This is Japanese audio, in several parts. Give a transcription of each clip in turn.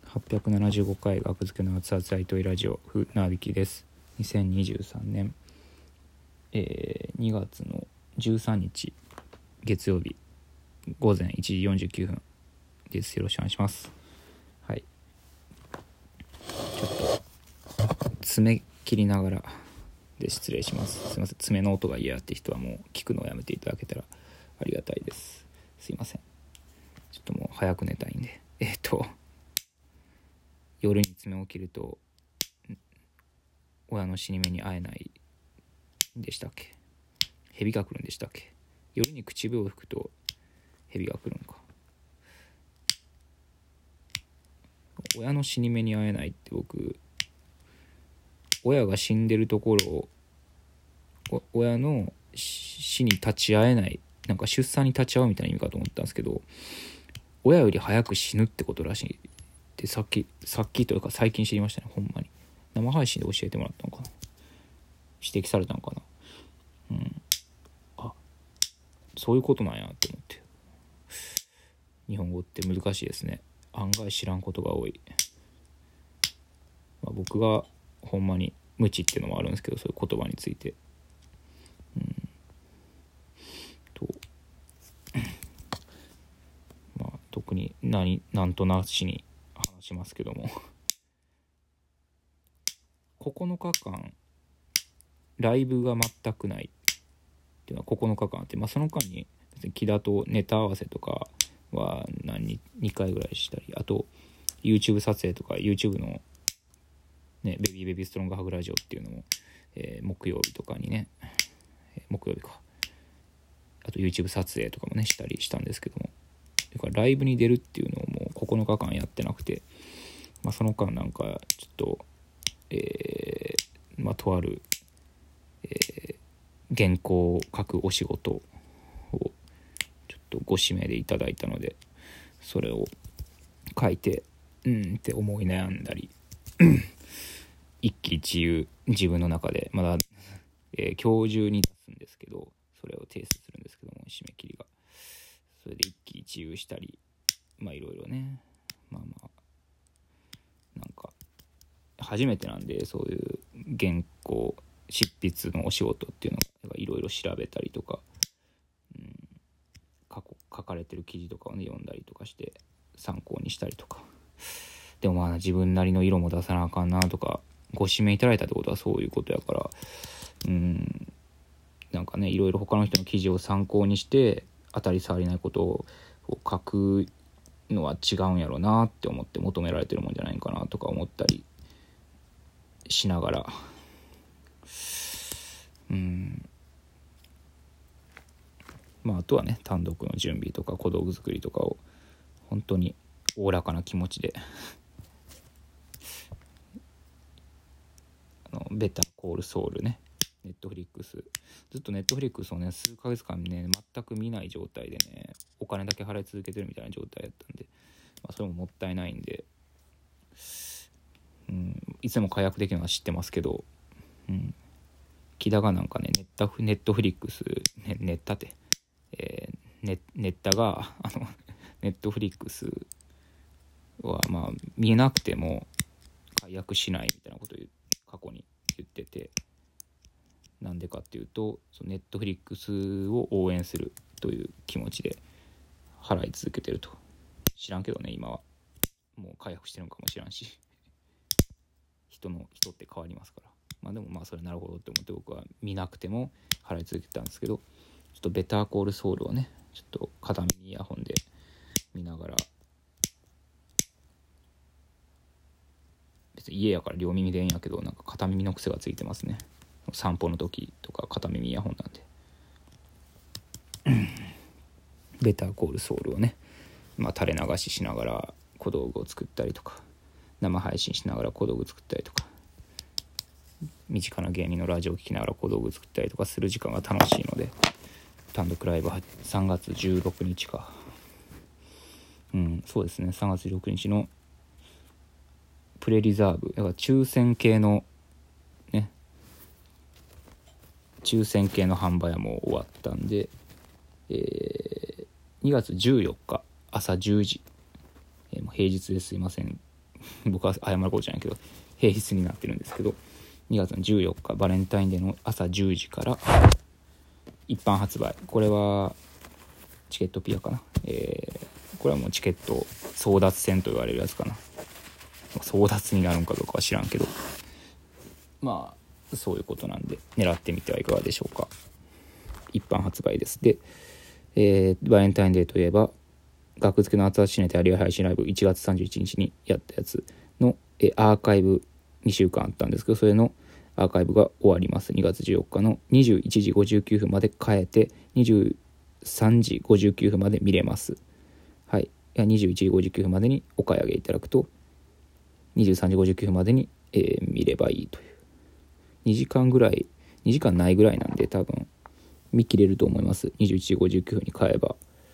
875回学付けの熱々あいといラジオふなびきです。2023年、2月の13日月曜日午前1時49分です。よろしくお願いします。はい、ちょっと爪切りながらで失礼します。すいません。爪の音が嫌って人はもう聞くのをやめていただけたらありがたいです。すいません。ちょっともう早く寝たいんで夜に爪を切ると親の死に目に会えないでしたっけ。蛇が来るんでしたっけ。夜に口笛を吹くと蛇が来るのか。親の死に目に会えないって僕親が死んでるところを親の死に立ち会えない、なんか出産に立ち会うみたいな意味かと思ったんですけど、親より早く死ぬってことらしいってさっきというか最近知りましたね。ほんまに生配信で教えてもらったのかな、指摘されたのかな。あ、そういうことなんやって思って。日本語って難しいですね。案外知らんことが多い。僕がほんまに無知っていうのもあるんですけど、そういう言葉について特になんとなしに話しますけども9日間ライブが全くないっていうのは9日間あって、その間に別に木田とネタ合わせとかは2回ぐらいしたり、あと YouTube 撮影とか YouTube のねベビーストロングハグラジオっていうのも、木曜日とかにね、木曜日か、あと YouTube 撮影とかもねしたりしたんですけども、だからライブに出るっていうのをもう9日間やってなくて、その間なんかちょっととある、原稿を書くお仕事をちょっとご指名でいただいたので、それを書いてって思い悩んだり一喜一憂自分の中でまだ、今日中に出すんですけど、それを提出するんですけども、締め切りがそれで一喜一憂したり、いろいろね、なんか初めてなんで、そういう原稿執筆のお仕事っていうのがいろいろ調べたりとか、書かれてる記事とかをね読んだりとかして参考にしたりとか、でも自分なりの色も出さなあかんなとか、ご指名いただいたってことはそういうことやから、なんかねいろいろ他の人の記事を参考にして当たり障りないことを書くのは違うんやろうなって思って、求められてるもんじゃないかなとか思ったりしながら、あとはね単独の準備とか小道具作りとかを本当におおらかな気持ちでベターコールソウルね、ネットフリックスずっとネットフリックスをね数ヶ月間ね全く見ない状態でね、お金だけ払い続けてるみたいな状態だったんで、それももったいないんで、いつでも解約できるのは知ってますけど、木田がなんかねネットフリックスネッタってネッタがネットフリックスは見えなくても解約しないみたいなことを過去に言ってて、なんでかっていうとネットフリックスを応援するという気持ちで払い続けてると。知らんけどね、今はもう解約してるのかもしらんし、人って変わりますから、でもそれなるほどって思って僕は見なくても払い続けてたんですけど、ちょっとベターコールソウルをねちょっと片耳イヤホンで見ながら、別に家やから両耳でいいんやけど、なんか片耳の癖がついてますね。散歩の時とか片耳イヤホンなんでベターコールソウルをね垂れ流しながら小道具を作ったりとか、生配信しながら小道具作ったりとか、身近な芸人のラジオを聞きながら小道具作ったりとかする時間が楽しいので、単独ライブは3月16日か、そうですね、3月16日のプレリザーブ、だから抽選系の販売はもう終わったんで、2月14日朝10時、もう平日ですいません僕は謝ることじゃないけど平日になってるんですけど、2月の14日バレンタインデーの朝10時から一般発売。これはチケットピアかな、これはもうチケット争奪戦と言われるやつかな。争奪になるんかどうかは知らんけど、まあそういうことなんで狙ってみてはいかがでしょうか。一般発売です。で、バレンタインデーといえば学付けの熱々シネタリア配信ライブ1月31日にやったやつの、アーカイブ2週間あったんですけど、それのアーカイブが終わります。2月14日の21時59分まで変えて23時59分まで見れます。はい。21時59分までにお買い上げいただくと23時59分までに、見ればいいという2時間ぐらい、2時間ないぐらいなんで多分見切れると思います。21時59分に買えば。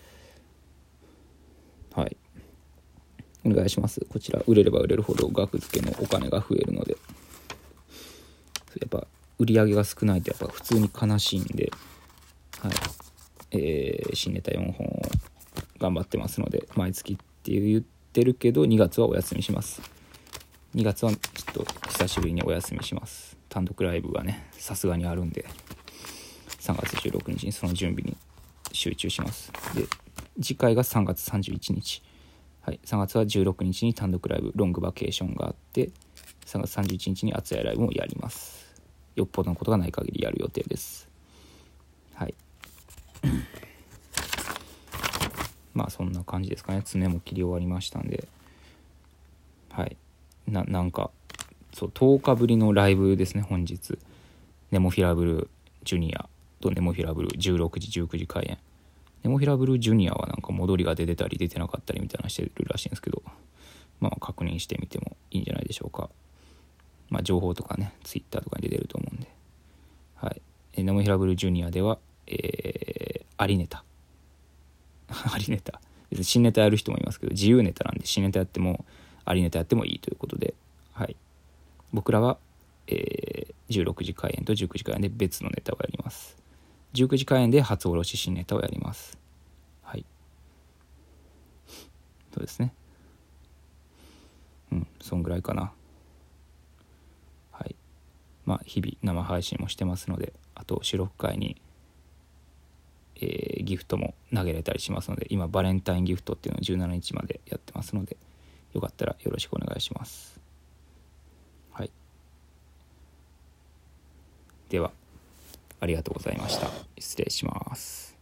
はい、お願いします。こちら売れれば売れるほど額付けのお金が増えるので、やっぱ売り上げが少ないとやっぱ普通に悲しいんで、はい、新ネタ4本を頑張ってますので、毎月って言ってるけど2月はお休みします。2月はちょっと久しぶりにお休みします。単独ライブがねさすがにあるんで、3月16日にその準備に集中します。で次回が3月31日、はい、3月は16日に単独ライブロングバケーションがあって、3月31日に熱いライブもやります。よっぽどのことがない限りやる予定です。はいまあそんな感じですかね。爪も切り終わりましたんで、はい、なんかそう10日ぶりのライブですね。本日ネモフィラブルジュニアとネモフィラブル16時19時開演。ネモフィラブルジュニアはなんか戻りが出てたり出てなかったりみたいなしてるらしいんですけど、まあ確認してみてもいいんじゃないでしょうか。まあ情報とかねツイッターとかに出てると思うんで、はい。ネモフィラブルジュニアでは、ありネタありネタ、別に新ネタやる人もいますけど自由ネタなんで、新ネタやってもありネタやってもいいということで、はい。僕らは、16時開演と19時開演で別のネタをやります。19時開演で初おろし新ネタをやります。はい。そうですね。そんぐらいかな。はい。まあ日々生配信もしてますので、あと収録会に、ギフトも投げれたりしますので、今バレンタインギフトっていうのを17日までやってますので、よかったらよろしくお願いします。はい。ではありがとうございました。失礼します。